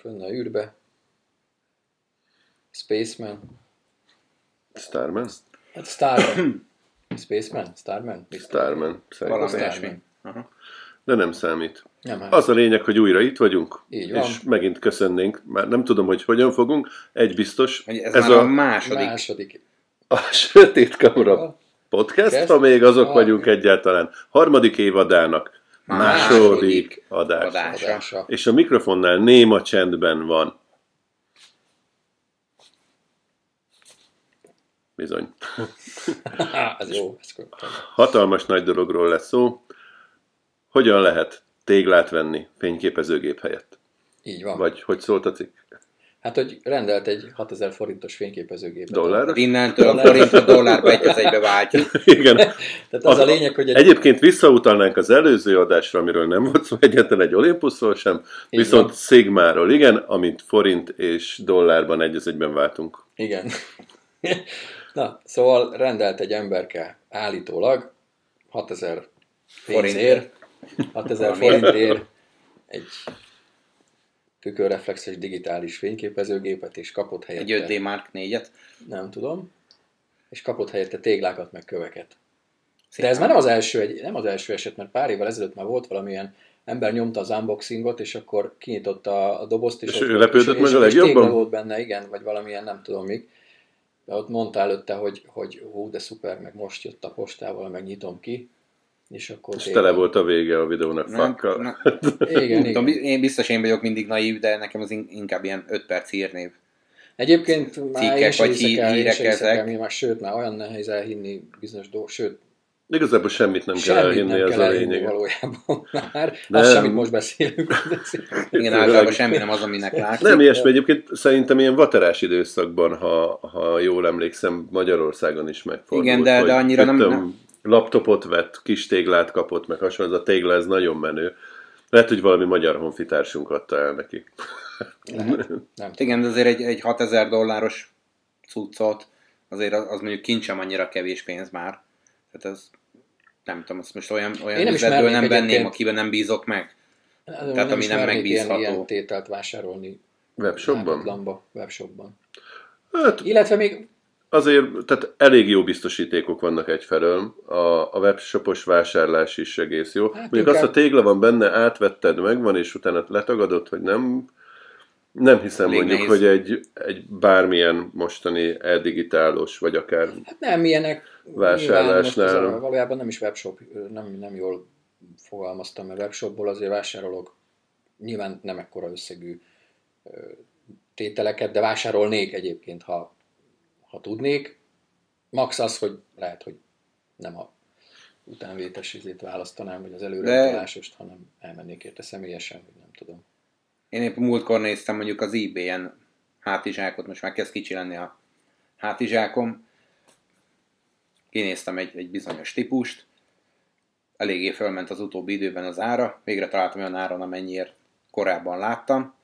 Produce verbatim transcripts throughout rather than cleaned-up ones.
fönn a űrbe. Spaceman. Starman? Hát Starman. Spaceman? Starman? Starman. Valami Szerintem. ilyesmi. Aha. De nem számít. Nem, hát. Az a lényeg, hogy újra itt vagyunk, Így van. és megint köszönnénk. Már nem tudom, hogy hogyan fogunk. Egy biztos. Hogy ez, ez már a, a második. Második. a Sötét Kamara podcast, Kezd? ha még azok Ah. vagyunk egyáltalán. Harmadik évadának második, Második adása. adása. Adása. És a mikrofonnál néma csendben van. Bizony. Ez jó. Ez jó. Hatalmas nagy dologról lesz szó. Hogyan lehet téglát venni fényképezőgép helyett? Így van. Vagy hogy szólt a cikk? Hát, hogy rendelt egy hatezer forintos fényképezőgépet. Dollárra? Innentől a forint a dollárba egy az egybe váltjuk. Igen. Tehát az a lényeg, hogy egy... Egyébként visszautalnánk az előző adásra, amiről nem volt szó egyetlen egy Olympusról sem, Így viszont van. Sigmáról igen, amit forint és dollárban egy az egyben váltunk. Igen. Na, szóval rendelt egy emberke állítólag hatezer pénzért, hatezer forintért egy tükörreflexes digitális fényképezőgépet, és kapott helyette... Egy öt D Mark négyet. Nem tudom. És kapott helyette téglákat, meg köveket. De ez már nem az első, egy, nem az első eset, mert pár évvel ezelőtt már volt valamilyen ember nyomta az unboxingot, és akkor kinyitotta a dobozt, és, És ott ő volt- lepődött és, meg és, a és legjobban? tégla volt benne, igen, vagy valamilyen, nem tudom még. De ott mondta előtte, hogy, hogy hú, de szuper, meg most jött a postával, meg nyitom ki, és akkor És tégla. tele volt a vége a videónak Na, fakkal. na, Igen, tudom, igen. én biztos én vagyok mindig naív, de nekem az in- inkább ilyen öt perc hírnév. Egyébként már Cikkek én sem vagy hiszek hí- el, én hírek sem hiszek ezek. el, mi már, sőt, már olyan nehéz elhinni bizonyos dolgok, sőt, Igazából semmit nem kell semmit elhinni, nem ez kell a elhinni lényeg. valójában már. Nem. Az semmit most beszélünk. Igen, általában semmi nem az, aminek látszik. Nem ilyesmi, egyébként szerintem ilyen vaterás időszakban, ha, ha jól emlékszem, Magyarországon is megfordult. Igen, de- de hogy annyira nem- tudom, nem. laptopot vett, kis téglát kapott, meg hasonló, ez a tégla, ez nagyon menő. Lehet, hogy valami magyar honfitársunk adta el neki. Lehet. Nem Igen, de azért egy, egy hatezer dolláros cuccot, azért az, az mondjuk kincs sem annyira kevés pénz már. Tehát ez, nem tudom, azt most olyan, olyan Én nem üzletből ismernék nem venném, egyébként. akiben nem bízok meg. Tehát Tehát, ami nem Ilyen, megbízható. ilyen tételt vásárolni Webshopban? ingatlanba, webshopban. Hát Illetve még, azért, tehát elég jó biztosítékok vannak egyfelől. A, a webshopos vásárlás is egész jó. Hát Mondjuk inkább- azt a tégla van benne, átvetted, megvan, és utána letagadod, hogy nem... Nem hiszem Elég mondjuk, nehéz. hogy egy, egy bármilyen mostani e-digitálós, vagy akár... hát nem ilyenek, Vásárlásnál. nyilván most ez a- valójában nem is webshop, nem, nem jól fogalmaztam, mert webshopból azért vásárolok nyilván nem ekkora összegű ö, tételeket, de vásárolnék egyébként, ha, ha tudnék. Max az, hogy lehet, hogy nem a utánvétes izét választanám, vagy az előreutolásost, hanem elmennék érte személyesen, vagy nem tudom. Én épp múltkor néztem mondjuk az eBay-en hátizsákot, most már kezd kicsi lenni a hátizsákom. Kinéztem egy, egy bizonyos típust, eléggé fölment az utóbbi időben az ára, végre találtam olyan áron, amennyiért korábban láttam.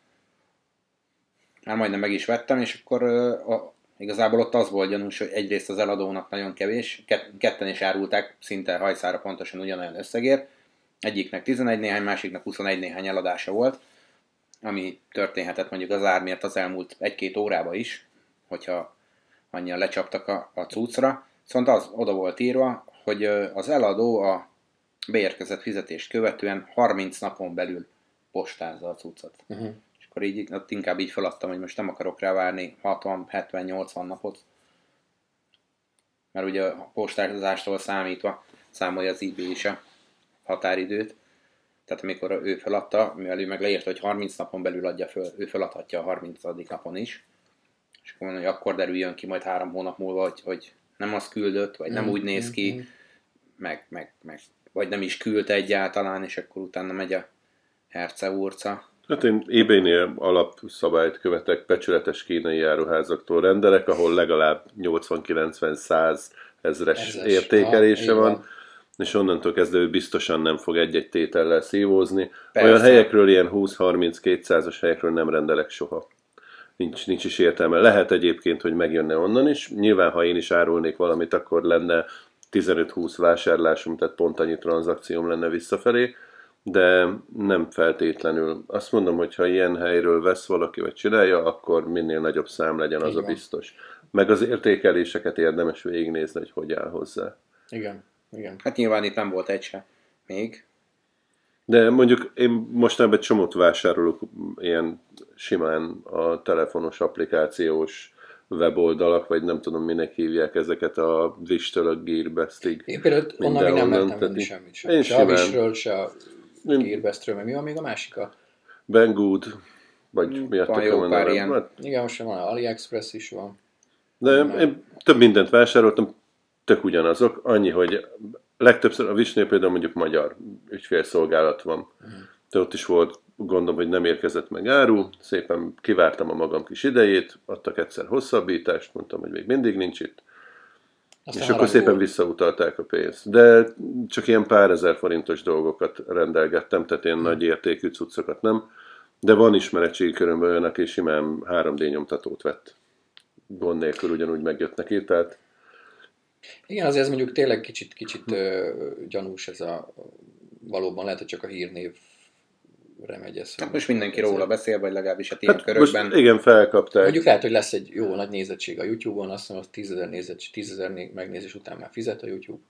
Már majdnem meg is vettem, és akkor uh, a, igazából ott az volt gyanús, hogy egyrészt az eladónak nagyon kevés, kett, ketten is árulták szinte hajszára pontosan ugyanolyan összegért, egyiknek tizenegy néhány, másiknak huszonegy néhány eladása volt, ami történhetett mondjuk az ár miatt az elmúlt egy-két órába is, hogyha annyian lecsaptak a, a cuccra. Szóval az oda volt írva, hogy az eladó a beérkezett fizetést követően harminc napon belül postázza a cuccot. Uh-huh. És akkor így, ott inkább így feladtam, hogy most nem akarok rá várni hatvan, hetven, nyolcvan napot. Mert ugye a postázástól számítva számolja az eBay is a határidőt. Tehát amikor ő feladta, mivel ő meg leírta, hogy harminc napon belül adja föl, ő feladhatja a harmincadik napon is. És akkor mondom, hogy akkor derüljön ki majd három hónap múlva, hogy, hogy nem az küldött, vagy nem Mm, úgy néz ki, mm, mm. meg, meg, meg, vagy nem is küldte egyáltalán, és akkor utána megy a herce-úrca. Hát én eBay-nél alapszabályt követek, becsületes kínai áruházaktól rendelek, ahol legalább nyolcvan-kilencven-száz ezres Ezres. értékelése Ah, így van, van. és onnantól kezdve ő biztosan nem fog egy-egy tétellel szívózni. Persze. Olyan helyekről, ilyen húsz-harminc-kétszázas helyekről nem rendelek soha. Nincs, nincs is értelme. Lehet egyébként, hogy megjönne onnan is. Nyilván, ha én is árulnék valamit, akkor lenne tizenöt-húsz vásárlásom, tehát pont annyi tranzakcióm lenne visszafelé. de nem feltétlenül. Azt mondom, hogy ha ilyen helyről vesz valaki, vagy csinálja, akkor minél nagyobb szám legyen, az Így a van. biztos. Meg az értékeléseket érdemes végignézni, hogy hogy áll hozzá. Igen, igen. Hát nyilván itt nem volt egy se még. De mondjuk én mostanában egy csomót vásárolok ilyen simán a telefonos applikációs weboldalak, vagy nem tudom minek hívják ezeket a Wish-től a Gearbestig. Én például onnan még nem Mindenhonnan, mertem venni tehát semmit sem. én Se a simán. Wishről, se a Én- Gearbestről, mert mi van még a másik? A... Banggood, vagy Mm, mi a van tököm jó a pár neve? ilyen. Hát, Igen, most van AliExpress is van. de Nem. én több mindent vásároltam, tök ugyanazok, annyi, hogy legtöbbször a Wish-nél például mondjuk magyar ügyfélszolgálat van. De ott is volt gondom, hogy nem érkezett meg áru, szépen kivártam a magam kis idejét, adtak egyszer hosszabbítást, mondtam, hogy még mindig nincs itt, Aztán és akkor harangul. szépen visszautalták a pénzt. De csak ilyen pár ezer forintos dolgokat rendelgettem, tehát ilyen nagy értékű cuccokat nem. De van ismeretségi körömben olyan, aki simán három dé nyomtatót vett. Gond nélkül ugyanúgy megjött neki, tehát Igen, azért ez mondjuk tényleg kicsit, kicsit ö, gyanús ez a... Valóban lehet, hogy csak a hírnévre megy ez. Hát hogy- most mindenki ez- róla beszél, vagy legalábbis a ilyen hát körökben. most igen, felkapták. Mondjuk lehet, hogy lesz egy jó nagy nézettség a YouTube-on, azt mondom, hogy tízezer nézettség, tízezer megnézés után már fizet a YouTube.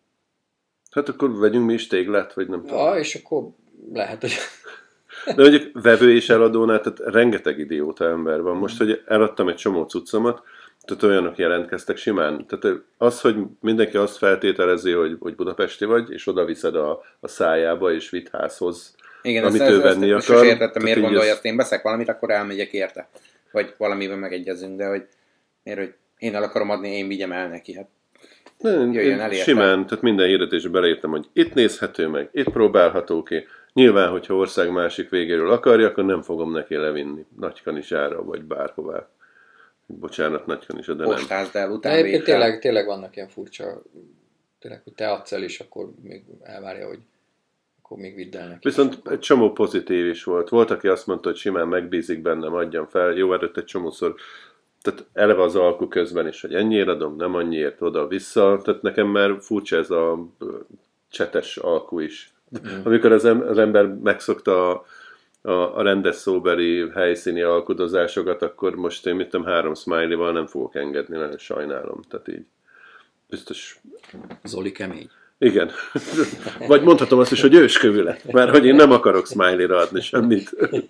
Hát akkor vegyünk mi is téglát, vagy nem tudom. Ja, és akkor lehet, hogy... De mondjuk vevő és eladónál, tehát rengeteg idióta ember van. Most, hogy eladtam egy csomó cuccomat, tehát olyanok jelentkeztek simán. Tehát az, hogy mindenki azt feltételezi, hogy, hogy budapesti vagy, és oda viszed a, a szájába, és vitt házhoz, Igen, amit ezt, ő ezt, ezt venni most akar. sose értettem, Tehát miért így gondolja, ez- azt én veszek valamit, akkor elmegyek érte. Vagy valamiben megegyezünk, de hogy miért, hogy én el akarom adni, én vigyem el neki. Hát Nem, Jöjjön én el érte. simán, tehát minden hirdetésbe beleírtam, hogy itt nézhető meg, itt próbálható ki. Nyilván, hogyha ország másik végéről akarja, akkor nem fogom neki levinni Nagykanisára, vagy bárhová. Bocsánat, Nagykanisa, de nem. postázd el, De utána egyébként vétel. tényleg, tényleg vannak ilyen furcsa, tényleg, hogy te adsz el, és akkor még elvárja, hogy akkor még vidd el neki. Viszont egy csomó pozitív is volt. Volt, aki azt mondta, hogy simán megbízik bennem, adjam fel. Jó, előtt egy csomószor, tehát eleve az alku közben is, hogy ennyiért adom, nem annyiért, oda-vissza. Tehát nekem már furcsa ez a ö, csetes alku is. Mm. Amikor az, em- az ember megszokta a, a, a rendes szóbeli helyszíni alkudozásokat, akkor most én mit tudom, három smiley-val nem fogok engedni, nagyon sajnálom. Tehát így biztos. Zoli kemény. Igen. Vagy mondhatom azt is, hogy őskövű lett, mert hogy én nem akarok smiley-ra adni semmit.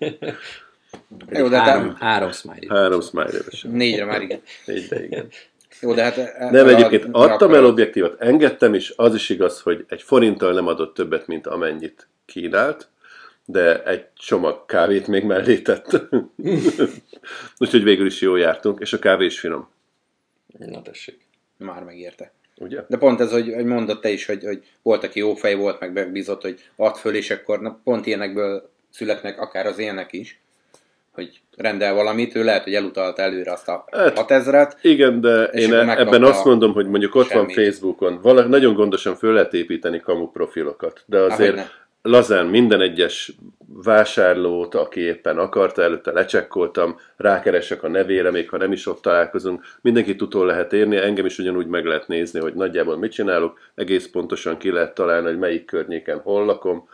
Jó, de három, hát, három smiley. Három smiley-re sem. négyre már igen. Így, de igen. Jó, de hát... e- Nem, e- egyébként a- adtam el akarod. objektívat, engedtem is, az is igaz, hogy egy forinttal nem adott többet, mint amennyit kínált, de egy csomag kávét még mellé tett. Úgyhogy végül is jól jártunk, és a kávé is finom. Na tessék. Már megérte. Ugye? De pont ez, hogy, hogy mondott te is, hogy, hogy volt, aki jó fej volt, meg megbízott, hogy add föl, és akkor na, pont ilyenekből születnek akár az ilyenek is, hogy rendel valamit, ő lehet, hogy elutalta előre azt a Hát, hatezret, Igen, de És én akkor e- megkapta ebben azt mondom, hogy mondjuk ott van semmit. Facebookon, valaki nagyon gondosan föl lehet építeni kamu profilokat, de azért Ahogyne. lazán minden egyes vásárlót, aki éppen akarta, előtte lecsekkoltam, rákeresek a nevére, még ha nem is ott találkozunk, mindenkit utol lehet érni, engem is ugyanúgy meg lehet nézni, hogy nagyjából mit csinálok, egész pontosan ki lehet találni, hogy melyik környéken hol lakom.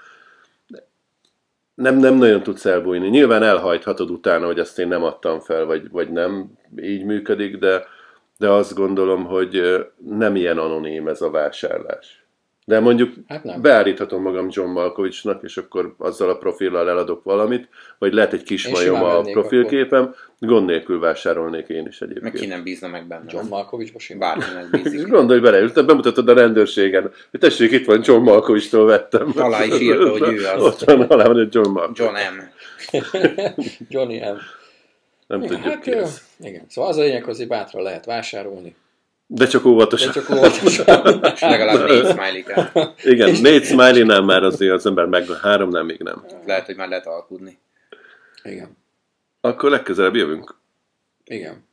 Nem, nem nagyon tudsz elbújni. Nyilván elhajthatod utána, hogy azt én nem adtam fel, vagy, vagy nem így működik, de, de azt gondolom, hogy ö, nem ilyen anonim ez a vásárlás. De mondjuk Hát nem. beállíthatom magam John Malkovichnak, és akkor azzal a profillal eladok valamit, vagy lehet egy kis Én majom simán a vennék profilképem, gond nélkül vásárolnék én is meg ki egyébként. nem bízna meg benne. John Malkovichba simán. Bárkinek bízik. Gondolj bele, te bemutatod a rendőrségen, hogy tessék, itt van John Malkovichtól vettem. Alá is írta, hogy ő az. Ott van, alá van egy John Malkovich. John M. Johnny M. Nem Igen, tudjuk hát, ki ö, ez. igen. Szóval az a lényeg, hogy bátran lehet vásárolni. De csak De óvatosan. csak óvatosan. És legalább négy smiley kell. Igen, négy smiley-nál már azért az ember meg, háromnál még nem. Lehet, hogy már lehet alkudni. Igen. Akkor legközelebb jövünk. Igen.